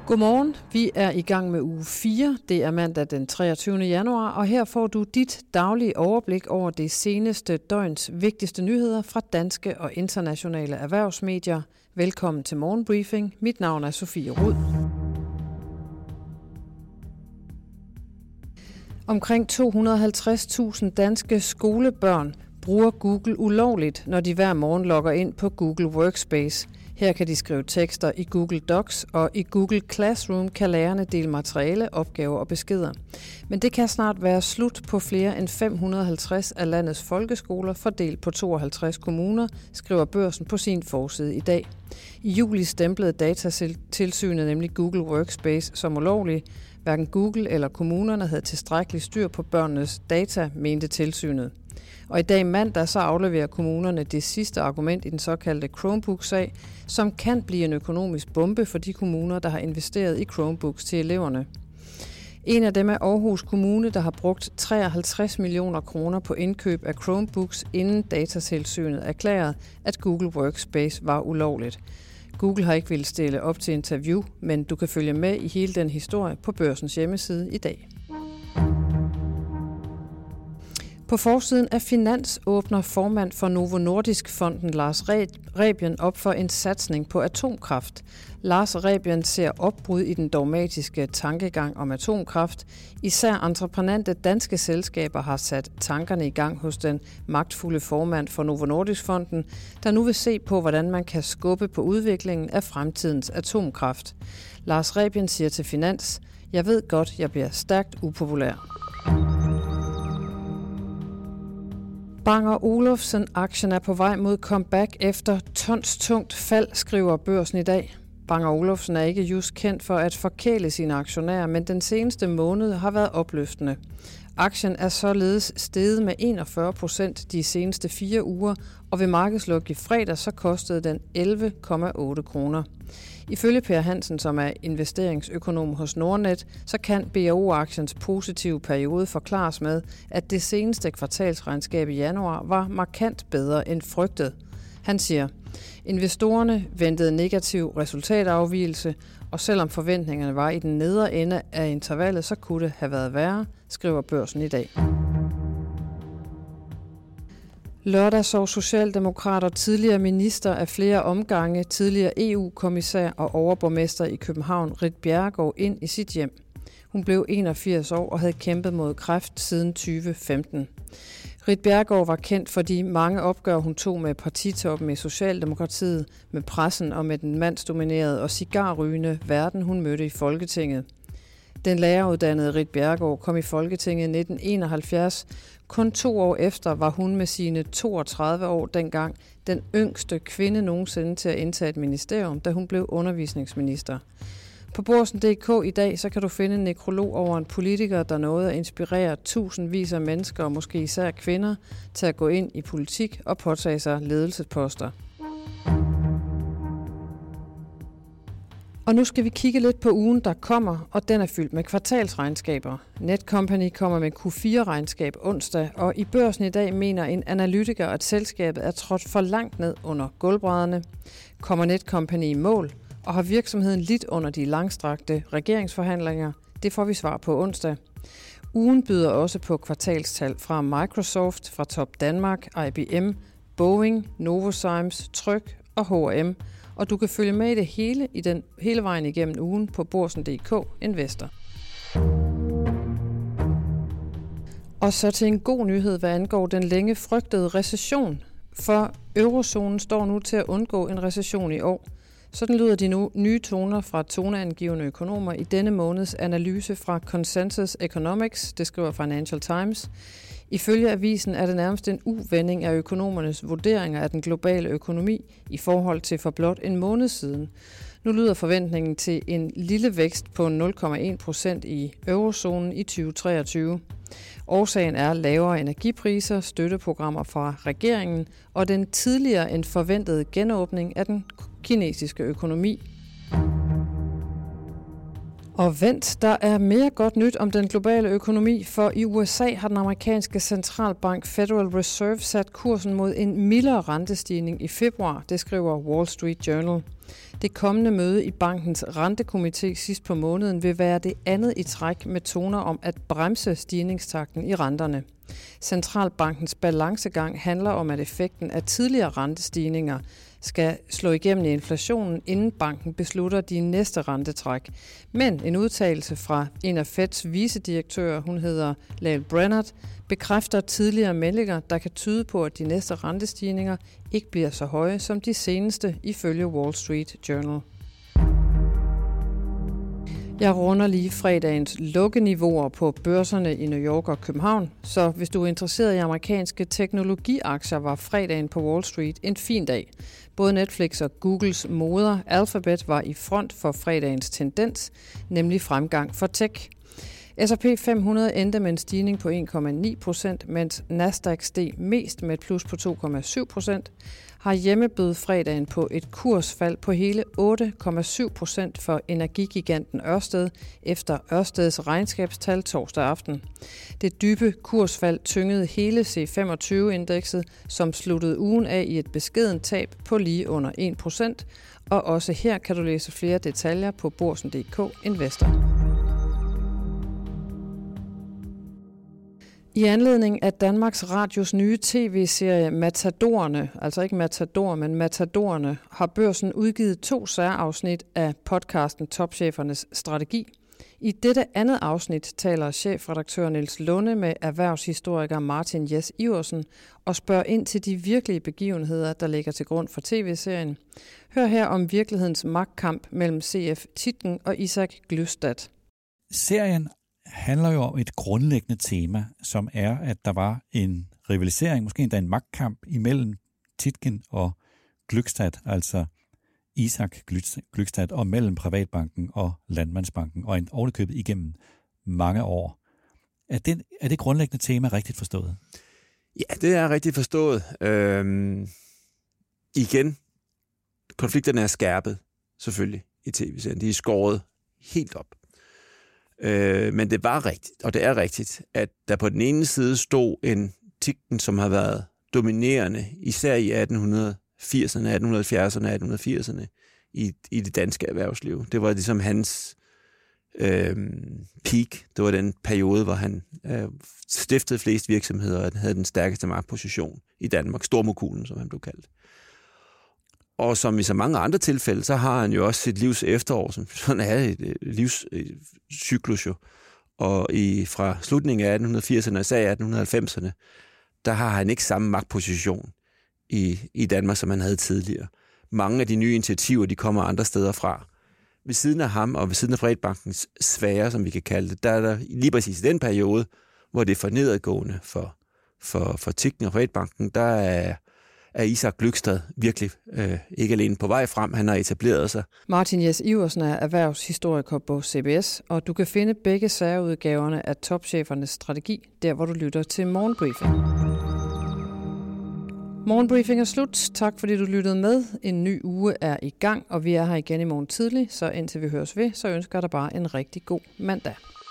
Godmorgen, vi er i gang med uge 4. Det er mandag den 23. januar, og her får du dit daglige overblik over det seneste døgns vigtigste nyheder fra danske og internationale erhvervsmedier. Velkommen til Morgenbriefing. Mit navn er Sofie Rud. Omkring 250.000 danske skolebørn bruger Google ulovligt, når de hver morgen logger ind på Google Workspace. Her kan de skrive tekster i Google Docs, og i Google Classroom kan lærerne dele materiale, opgaver og beskeder. Men det kan snart være slut på flere end 550 af landets folkeskoler, fordelt på 52 kommuner, skriver Børsen på sin forside i dag. I juli stemplede Datatilsynet nemlig Google Workspace som ulovlig. Hverken Google eller kommunerne havde tilstrækkelig styr på børnenes data, mente tilsynet. Og i dag mandag så afleverer kommunerne det sidste argument i den såkaldte Chromebook-sag, som kan blive en økonomisk bombe for de kommuner, der har investeret i Chromebooks til eleverne. En af dem er Aarhus Kommune, der har brugt 53 millioner kroner på indkøb af Chromebooks, inden Datatilsynet erklærede, at Google Workspace var ulovligt. Google har ikke ville stille op til interview, men du kan følge med i hele den historie på Børsens hjemmeside i dag. På forsiden af Finans åbner formand for Novo Nordisk-fonden Lars Rebien op for en satsning på atomkraft. Lars Rebien ser opbrud i den dogmatiske tankegang om atomkraft. Især entreprenante danske selskaber har sat tankerne i gang hos den magtfulde formand for Novo Nordisk-fonden, der nu vil se på, hvordan man kan skubbe på udviklingen af fremtidens atomkraft. Lars Rebien siger til Finans: "Jeg ved godt, jeg bliver stærkt upopulær." Bang & Olufsen-aktien er på vej mod comeback efter tonstungt fald, skriver Børsen i dag. Bang & Olufsen er ikke just kendt for at forkæle sine aktionærer, men den seneste måned har været opløftende. Aktien er således steget med 41% de seneste 4 uger, og ved markedsluk i fredag så kostede den 11,8 kroner. Ifølge Per Hansen, som er investeringsøkonom hos Nordnet, så kan BAO-aktiens positive periode forklares med, at det seneste kvartalsregnskab i januar var markant bedre end frygtet. Han siger: "Investorerne ventede negativ resultatafvigelse, og selvom forventningerne var i den nedre ende af intervallet, så kunne det have været værre", skriver Børsen i dag. Lørdag så socialdemokrater, tidligere minister af flere omgange, tidligere EU-kommissær og overborgmester i København, Ritt Bjerregaard, ind i sit hjem. Hun blev 81 år og havde kæmpet mod kræft siden 2015. Ritt Bjerregaard var kendt for de mange opgør, hun tog med partitoppen i Socialdemokratiet, med pressen og med den mandsdominerede og cigarrygende verden, hun mødte i Folketinget. Den læreruddannede Ritt Bjerregaard kom i Folketinget i 1971. Kun 2 år efter var hun med sine 32 år dengang den yngste kvinde nogensinde til at indtage et ministerium, da hun blev undervisningsminister. På Børsen.dk i dag så kan du finde en nekrolog over en politiker, der nåede at inspirere tusindvis af mennesker, og måske især kvinder, til at gå ind i politik og påtage sig ledelsesposter. Og nu skal vi kigge lidt på ugen, der kommer, og den er fyldt med kvartalsregnskaber. Netcompany kommer med Q4-regnskab onsdag, og i Børsen i dag mener en analytiker, at selskabet er trådt for langt ned under gulvbrædderne. Kommer Netcompany i mål, og har virksomheden lidt under de langstrakte regeringsforhandlinger? Det får vi svar på onsdag. Ugen byder også på kvartalstal fra Microsoft, fra Topdanmark, IBM, Boeing, Novozymes, Tryg og H&M. Og du kan følge med i det hele vejen igennem ugen på Børsen.dk Investor. Og så til en god nyhed, hvad angår den længe frygtede recession. For eurozonen står nu til at undgå en recession i år. Sådan lyder de nye toner fra toneangivende økonomer i denne måneds analyse fra Consensus Economics, det skriver Financial Times. Ifølge avisen er det nærmest en uvending af økonomernes vurderinger af den globale økonomi i forhold til for blot en måned siden. Nu lyder forventningen til en lille vækst på 0,1% i eurozonen i 2023. Årsagen er lavere energipriser, støtteprogrammer fra regeringen og den tidligere end forventede genåbning af den kinesiske økonomi. Og vent, der er mere godt nyt om den globale økonomi, for i USA har den amerikanske centralbank Federal Reserve sat kursen mod en mildere rentestigning i februar, det skriver Wall Street Journal. Det kommende møde i bankens rentekomité sidst på måneden vil være det andet i træk med toner om at bremse stigningstakten i renterne. Centralbankens balancegang handler om, at effekten af tidligere rentestigninger skal slå igennem i inflationen, inden banken beslutter de næste rentetræk. Men en udtalelse fra en af Feds vicedirektører, hun hedder Lael Brainard, bekræfter tidligere meldinger, der kan tyde på, at de næste rentestigninger ikke bliver så høje som de seneste, ifølge Wall Street Journal. Jeg runder lige fredagens lukkeniveauer på børserne i New York og København, så hvis du er interesseret i amerikanske teknologiaktier, var fredagen på Wall Street en fin dag. Både Netflix og Googles moder Alphabet var i front for fredagens tendens, nemlig fremgang for tech. S&P 500 endte med en stigning på 1,9%, mens Nasdaq steg mest med et plus på 2,7%, har hjemmebød fredagen på et kursfald på hele 8,7% for energigiganten Ørsted efter Ørsteds regnskabstal torsdag aften. Det dybe kursfald tyngede hele C25-indekset, som sluttede ugen af i et beskedent tab på lige under 1%, og også her kan du læse flere detaljer på Borsen.dk Investor. I anledning af Danmarks Radios nye tv-serie Matadorerne, altså ikke Matador, men Matadorerne, har Børsen udgivet 2 særafsnit af podcasten Topchefernes Strategi. I dette andet afsnit taler chefredaktør Niels Lunde med erhvervshistoriker Martin Jes Iversen og spørger ind til de virkelige begivenheder, der ligger til grund for tv-serien. Hør her om virkelighedens magtkamp mellem C.F. Tietgen og Isak Glüstad. Serien handler jo om et grundlæggende tema, som er, at der var en rivalisering, måske endda en magtkamp imellem Tietgen og Glückstadt, altså Isak Glückstadt, og mellem Privatbanken og Landmandsbanken, og en ovenikøbet igennem mange år. Er det grundlæggende tema rigtigt forstået? Ja, det er rigtigt forstået. Igen, konflikterne er skærpet, selvfølgelig, i tv-serien. De er skåret helt op. Men det var rigtigt, og det er rigtigt, at der på den ene side stod en Tietgen, som har været dominerende, især i 1880'erne, 1870'erne, 1880'erne i det danske erhvervsliv. Det var ligesom hans peak. Det var den periode, hvor han stiftede flest virksomheder, og havde den stærkeste magtposition i Danmark. Stormokulen, som han blev kaldt. Og som i så mange andre tilfælde, så har han jo også sit livs efterår, som sådan er et livscyklus jo. Og fra slutningen af 1880'erne og især 1890'erne, der har han ikke samme magtposition i Danmark, som han havde tidligere. Mange af de nye initiativer, de kommer andre steder fra. Ved siden af ham og ved siden af Privatbankens sfære, som vi kan kalde det, der er der lige præcis i den periode, hvor det er for nedadgående for Tietgen og Privatbanken, der er Isak Glückstadt virkelig ikke alene på vej frem. Han har etableret sig. Martin Jes Iversen er erhvervshistoriker på CBS, og du kan finde begge særudgaverne af Topchefernes Strategi, der hvor du lytter til Morgenbriefing. Morgenbriefing er slut. Tak fordi du lyttede med. En ny uge er i gang, og vi er her igen i morgen tidlig, så indtil vi høres ved, så ønsker jeg dig bare en rigtig god mandag.